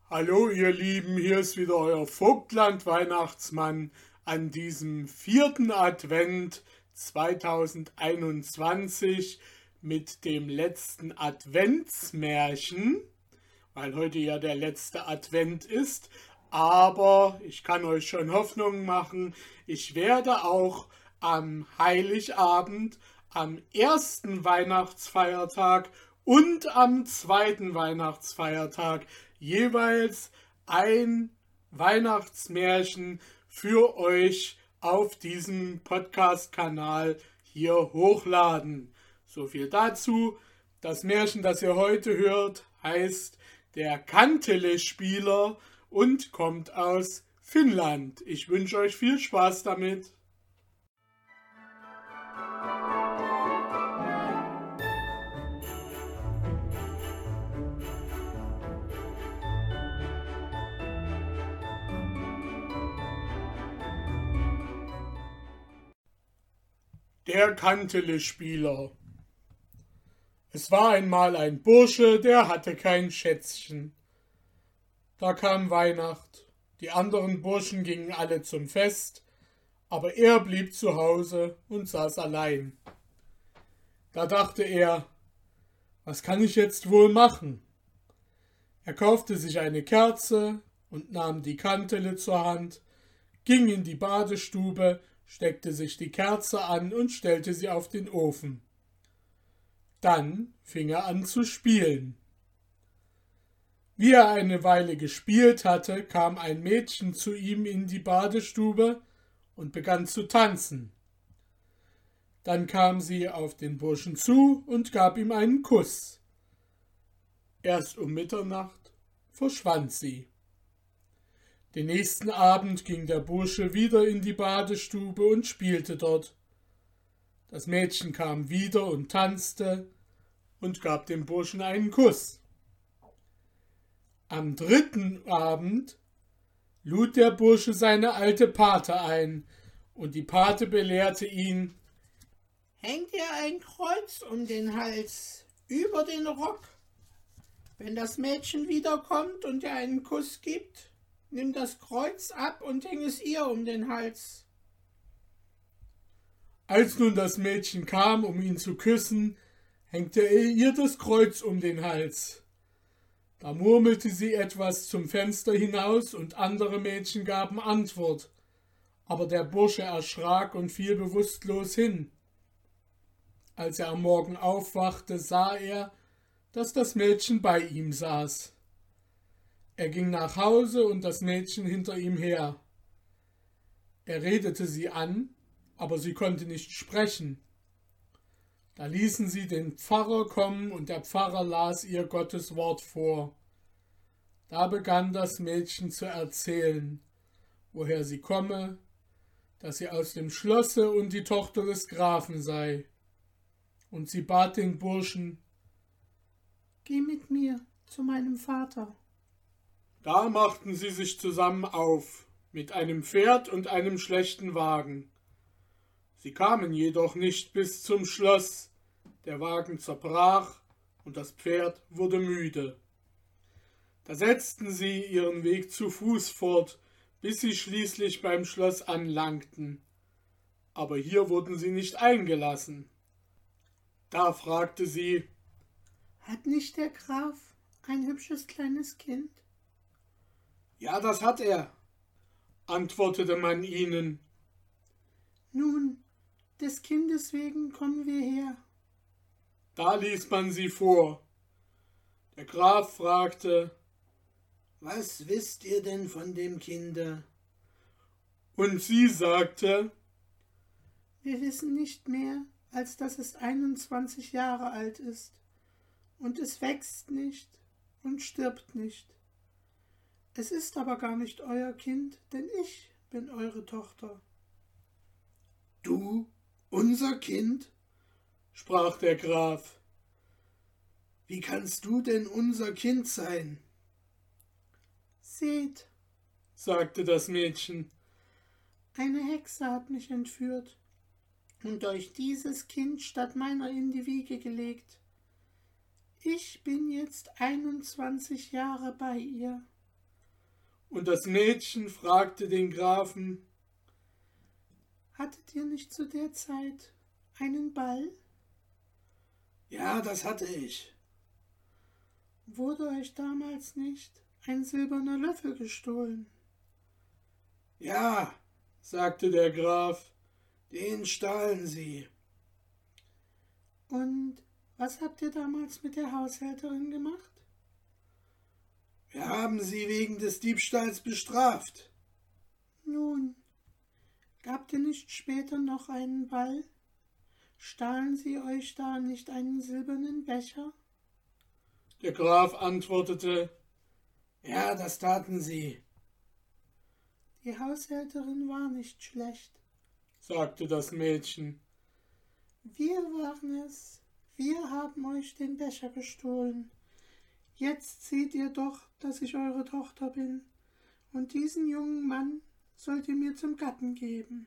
Hallo ihr Lieben, hier ist wieder euer Vogtland-Weihnachtsmann an diesem 4. Advent 2021 mit dem letzten Adventsmärchen, weil heute ja der letzte Advent ist. Aber ich kann euch schon Hoffnung machen, ich werde auch am Heiligabend, am ersten Weihnachtsfeiertag und am zweiten Weihnachtsfeiertag jeweils ein Weihnachtsmärchen für euch auf diesem Podcast-Kanal hier hochladen. So viel dazu. Das Märchen, das ihr heute hört, heißt Der Kantele-Spieler und kommt aus Finnland. Ich wünsche euch viel Spaß damit. Der Kantele-Spieler. Es war einmal ein Bursche, der hatte kein Schätzchen. Da kam Weihnacht. Die anderen Burschen gingen alle zum Fest, aber er blieb zu Hause und saß allein. Da dachte er, was kann ich jetzt wohl machen? Er kaufte sich eine Kerze und nahm die Kantele zur Hand, ging in die Badestube, steckte sich die Kerze an und stellte sie auf den Ofen. Dann fing er an zu spielen. Wie er eine Weile gespielt hatte, kam ein Mädchen zu ihm in die Badestube und begann zu tanzen. Dann kam sie auf den Burschen zu und gab ihm einen Kuss. Erst um Mitternacht verschwand sie. Den nächsten Abend ging der Bursche wieder in die Badestube und spielte dort. Das Mädchen kam wieder und tanzte und gab dem Burschen einen Kuss. Am dritten Abend lud der Bursche seine alte Pate ein, und die Pate belehrte ihn: Hängt dir ein Kreuz um den Hals, über den Rock. Wenn das Mädchen wiederkommt und dir einen Kuss gibt, nimm das Kreuz ab und häng es ihr um den Hals. Als nun das Mädchen kam, um ihn zu küssen, hängte er ihr das Kreuz um den Hals. Da murmelte sie etwas zum Fenster hinaus, und andere Mädchen gaben Antwort, aber der Bursche erschrak und fiel bewusstlos hin. Als er am Morgen aufwachte, sah er, dass das Mädchen bei ihm saß. Er ging nach Hause und das Mädchen hinter ihm her. Er redete sie an, aber sie konnte nicht sprechen. Da ließen sie den Pfarrer kommen, und der Pfarrer las ihr Gottes Wort vor. Da begann das Mädchen zu erzählen, woher sie komme, dass sie aus dem Schlosse und die Tochter des Grafen sei. Und sie bat den Burschen: Geh mit mir zu meinem Vater. Da machten sie sich zusammen auf, mit einem Pferd und einem schlechten Wagen. Sie kamen jedoch nicht bis zum Schloss. Der Wagen zerbrach und das Pferd wurde müde. Da setzten sie ihren Weg zu Fuß fort, bis sie schließlich beim Schloss anlangten. Aber hier wurden sie nicht eingelassen. Da fragte sie: Hat nicht der Graf ein hübsches kleines Kind? Ja, das hat er, antwortete man ihnen. Nun, des Kindes wegen kommen wir her. Da ließ man sie vor. Der Graf fragte: Was wisst ihr denn von dem Kinde? Und sie sagte: Wir wissen nicht mehr, als dass es 21 Jahre alt ist, und es wächst nicht und stirbt nicht. Es ist aber gar nicht euer Kind, denn ich bin eure Tochter. Du, unser Kind? Sprach der Graf. Wie kannst du denn unser Kind sein? Seht, sagte das Mädchen, eine Hexe hat mich entführt und euch dieses Kind statt meiner in die Wiege gelegt. Ich bin jetzt 21 Jahre bei ihr. Und das Mädchen fragte den Grafen: Hattet ihr nicht zu der Zeit einen Ball? Ja, das hatte ich. Wurde euch damals nicht ein silberner Löffel gestohlen? Ja, sagte der Graf, den stahlen sie. Und was habt ihr damals mit der Haushälterin gemacht? Wir haben sie wegen des Diebstahls bestraft. Nun, gabt ihr nicht später noch einen Ball? Stahlen sie euch da nicht einen silbernen Becher? Der Graf antwortete: Ja, das taten sie. Die Haushälterin war nicht schlecht, sagte das Mädchen. Wir waren es. Wir haben euch den Becher gestohlen. Jetzt seht ihr doch, dass ich eure Tochter bin, und diesen jungen Mann sollt ihr mir zum Gatten geben.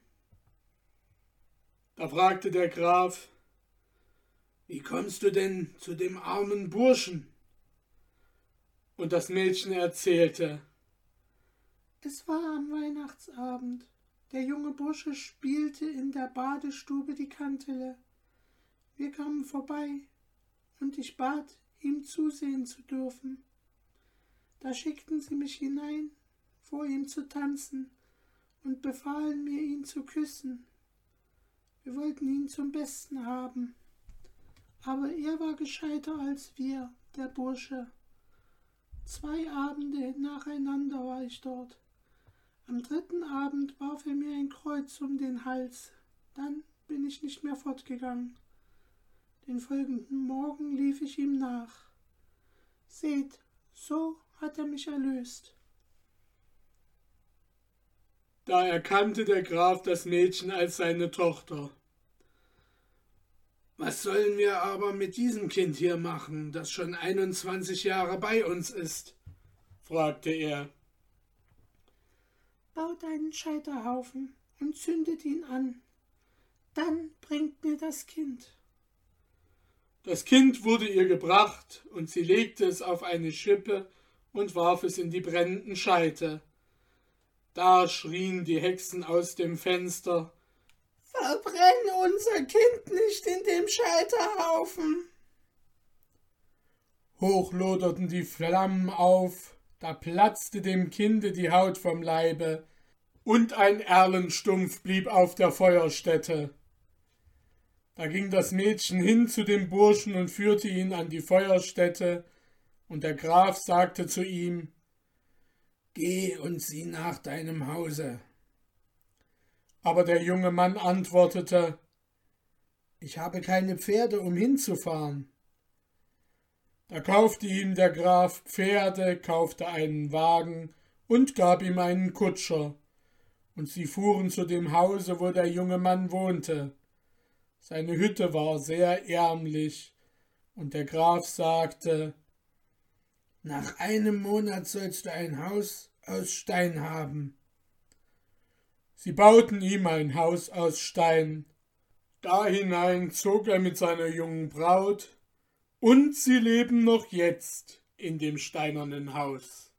Da fragte der Graf: Wie kommst du denn zu dem armen Burschen? Und das Mädchen erzählte: Es war am Weihnachtsabend. Der junge Bursche spielte in der Badestube die Kantele. Wir kamen vorbei, und ich bat, ihm zusehen zu dürfen. Da schickten sie mich hinein, vor ihm zu tanzen, und befahlen mir, ihn zu küssen. Wir wollten ihn zum Besten haben, aber er war gescheiter als wir, der Bursche. 2 Abende nacheinander war ich dort. Am 3. Abend warf er mir ein Kreuz um den Hals. Dann bin ich nicht mehr fortgegangen. Den folgenden Morgen lief ich ihm nach. Seht, so hat er mich erlöst. Da erkannte der Graf das Mädchen als seine Tochter. Was sollen wir aber mit diesem Kind hier machen, das schon 21 Jahre bei uns ist? Fragte er. Baut einen Scheiterhaufen und zündet ihn an. Dann bringt mir das Kind. Das Kind wurde ihr gebracht, und sie legte es auf eine Schippe und warf es in die brennenden Scheite. Da schrien die Hexen aus dem Fenster: Verbrenn unser Kind nicht in dem Scheiterhaufen. Hoch loderten die Flammen auf, da platzte dem Kinde die Haut vom Leibe, und ein Erlenstumpf blieb auf der Feuerstätte. Da ging das Mädchen hin zu dem Burschen und führte ihn an die Feuerstätte, und der Graf sagte zu ihm: Geh und sieh nach deinem Hause. Aber der junge Mann antwortete: Ich habe keine Pferde, um hinzufahren. Da kaufte ihm der Graf Pferde, kaufte einen Wagen und gab ihm einen Kutscher, und sie fuhren zu dem Hause, wo der junge Mann wohnte. Seine Hütte war sehr ärmlich, und der Graf sagte: Nach einem Monat sollst du ein Haus aus Stein haben. Sie bauten ihm ein Haus aus Stein. Da hinein zog er mit seiner jungen Braut, und sie leben noch jetzt in dem steinernen Haus.